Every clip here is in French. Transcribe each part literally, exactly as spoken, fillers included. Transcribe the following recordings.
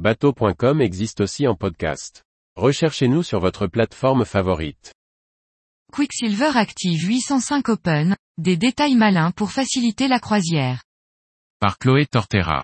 bateau point com existe aussi en podcast. Recherchez-nous sur votre plateforme favorite. Quicksilver Active huit cent cinq Open, des détails malins pour faciliter la croisière. Par Chloé Tortera.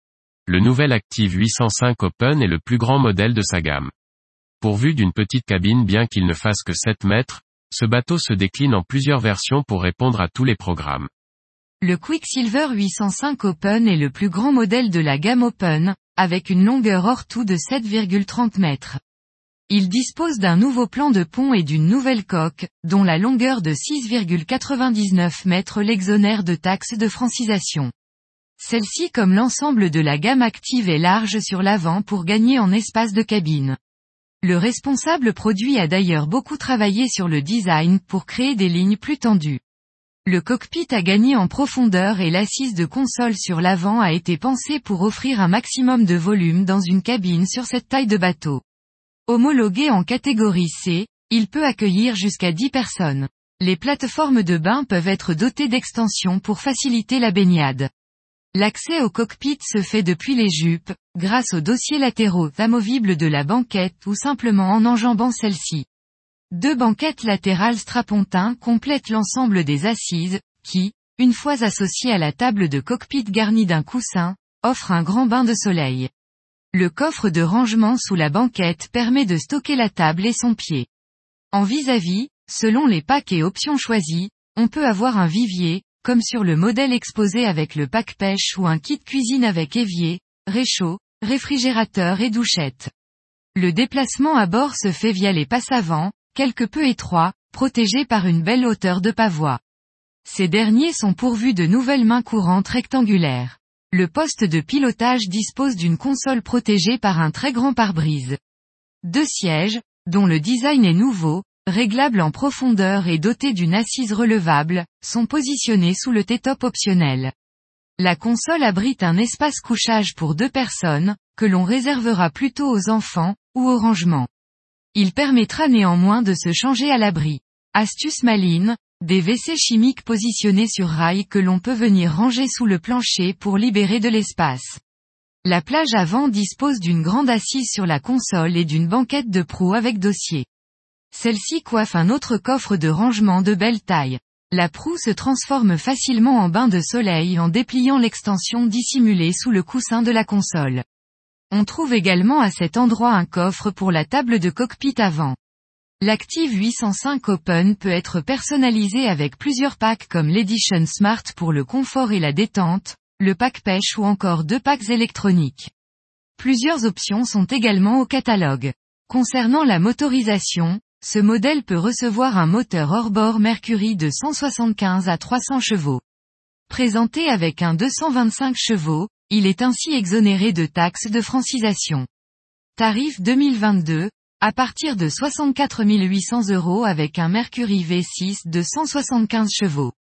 Le nouvel Active huit cent cinq Open est le plus grand modèle de sa gamme. Pourvu d'une petite cabine bien qu'il ne fasse que sept mètres, ce bateau se décline en plusieurs versions pour répondre à tous les programmes. Le Quicksilver huit cent cinq Open est le plus grand modèle de la gamme Open, avec une longueur hors tout de sept virgule trente mètres. Il dispose d'un nouveau plan de pont et d'une nouvelle coque, dont la longueur de six virgule quatre-vingt-dix-neuf mètres l'exonère de taxes de francisation. Celle-ci comme l'ensemble de la gamme Active est large sur l'avant pour gagner en espace de cabine. Le responsable produit a d'ailleurs beaucoup travaillé sur le design pour créer des lignes plus tendues. Le cockpit a gagné en profondeur et l'assise de console sur l'avant a été pensée pour offrir un maximum de volume dans une cabine sur cette taille de bateau. Homologué en catégorie C, il peut accueillir jusqu'à dix personnes. Les plateformes de bain peuvent être dotées d'extensions pour faciliter la baignade. L'accès au cockpit se fait depuis les jupes, grâce aux dossiers latéraux amovibles de la banquette ou simplement en enjambant celle-ci. Deux banquettes latérales strapontins complètent l'ensemble des assises, qui, une fois associées à la table de cockpit garnie d'un coussin, offrent un grand bain de soleil. Le coffre de rangement sous la banquette permet de stocker la table et son pied. En vis-à-vis, selon les packs et options choisies, on peut avoir un vivier, comme sur le modèle exposé avec le pack pêche ou un kit cuisine avec évier, réchaud, réfrigérateur et douchette. Le déplacement à bord se fait via les passes avant, quelque peu étroits, protégés par une belle hauteur de pavois. Ces derniers sont pourvus de nouvelles mains courantes rectangulaires. Le poste de pilotage dispose d'une console protégée par un très grand pare-brise. Deux sièges, dont le design est nouveau, réglables en profondeur et dotés d'une assise relevable, sont positionnés sous le T-top optionnel. La console abrite un espace couchage pour deux personnes, que l'on réservera plutôt aux enfants, ou au rangement. Il permettra néanmoins de se changer à l'abri. Astuce maline, des W C chimiques positionnés sur rail que l'on peut venir ranger sous le plancher pour libérer de l'espace. La plage avant dispose d'une grande assise sur la console et d'une banquette de proue avec dossier. Celle-ci coiffe un autre coffre de rangement de belle taille. La proue se transforme facilement en bain de soleil en dépliant l'extension dissimulée sous le coussin de la console. On trouve également à cet endroit un coffre pour la table de cockpit avant. L'Active huit cent cinq Open peut être personnalisé avec plusieurs packs comme l'Edition Smart pour le confort et la détente, le pack pêche ou encore deux packs électroniques. Plusieurs options sont également au catalogue. Concernant la motorisation, ce modèle peut recevoir un moteur hors-bord Mercury de cent soixante-quinze à trois cents chevaux. Présenté avec un deux cent vingt-cinq chevaux, il est ainsi exonéré de taxes de francisation. Tarif deux mille vingt-deux, à partir de soixante-quatre mille huit cents euros avec un Mercury V six de cent soixante-quinze chevaux.